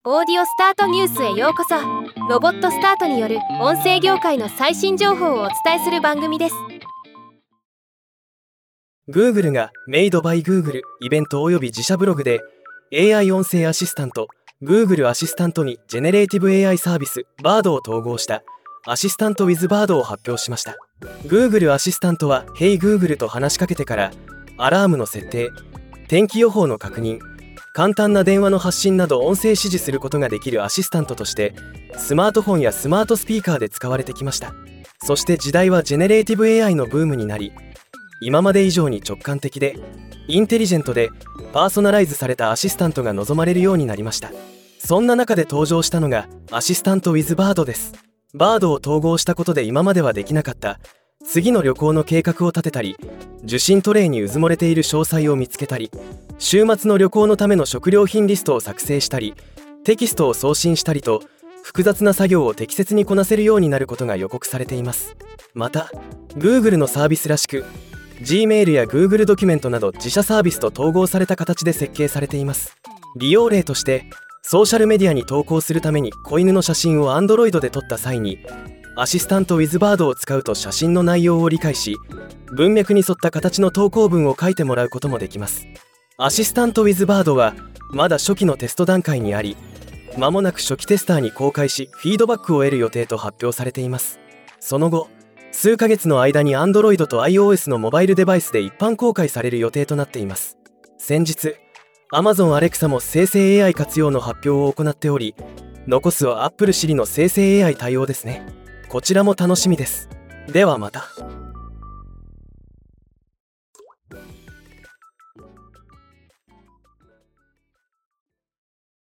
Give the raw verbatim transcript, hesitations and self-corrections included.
オーディオスタートニュースへようこそ。ロボットスタートによる音声業界の最新情報をお伝えする番組です。 Google が Made by Google イベントおよび自社ブログで エーアイ 音声アシスタント Google アシスタントにジェネレーティブ エーアイ サービス Bard を統合したアシスタント with Bard を発表しました。 Google アシスタントは Hey Google と話しかけてからアラームの設定、天気予報の確認、簡単な電話の発信など音声指示することができるアシスタントとしてスマートフォンやスマートスピーカーで使われてきました。そして時代はジェネレーティブ エーアイ のブームになり、今まで以上に直感的でインテリジェントでパーソナライズされたアシスタントが望まれるようになりました。そんな中で登場したのがアシスタント with Bard です。 Bard を統合したことで今まではできなかった次の旅行の計画を立てたり、受信トレイにうずもれている詳細を見つけたり、週末の旅行のための食料品リストを作成したり、テキストを送信したりと複雑な作業を適切にこなせるようになることが予告されています。また Google のサービスらしく Gmail や Google ドキュメントなど自社サービスと統合された形で設計されています。利用例としてソーシャルメディアに投稿するために子犬の写真を Android で撮った際にアシスタント with Bard を使うと写真の内容を理解し、文脈に沿った形の投稿文を書いてもらうこともできます。アシスタント with Bard はまだ初期のテスト段階にあり、間もなく初期テスターに公開しフィードバックを得る予定と発表されています。その後数ヶ月の間に Android と iOS のモバイルデバイスで一般公開される予定となっています。先日 Amazon Alexa も生成 エーアイ 活用の発表を行っており、残すは Apple Siri の生成 エーアイ 対応ですね。こちらも楽しみです。ではまた。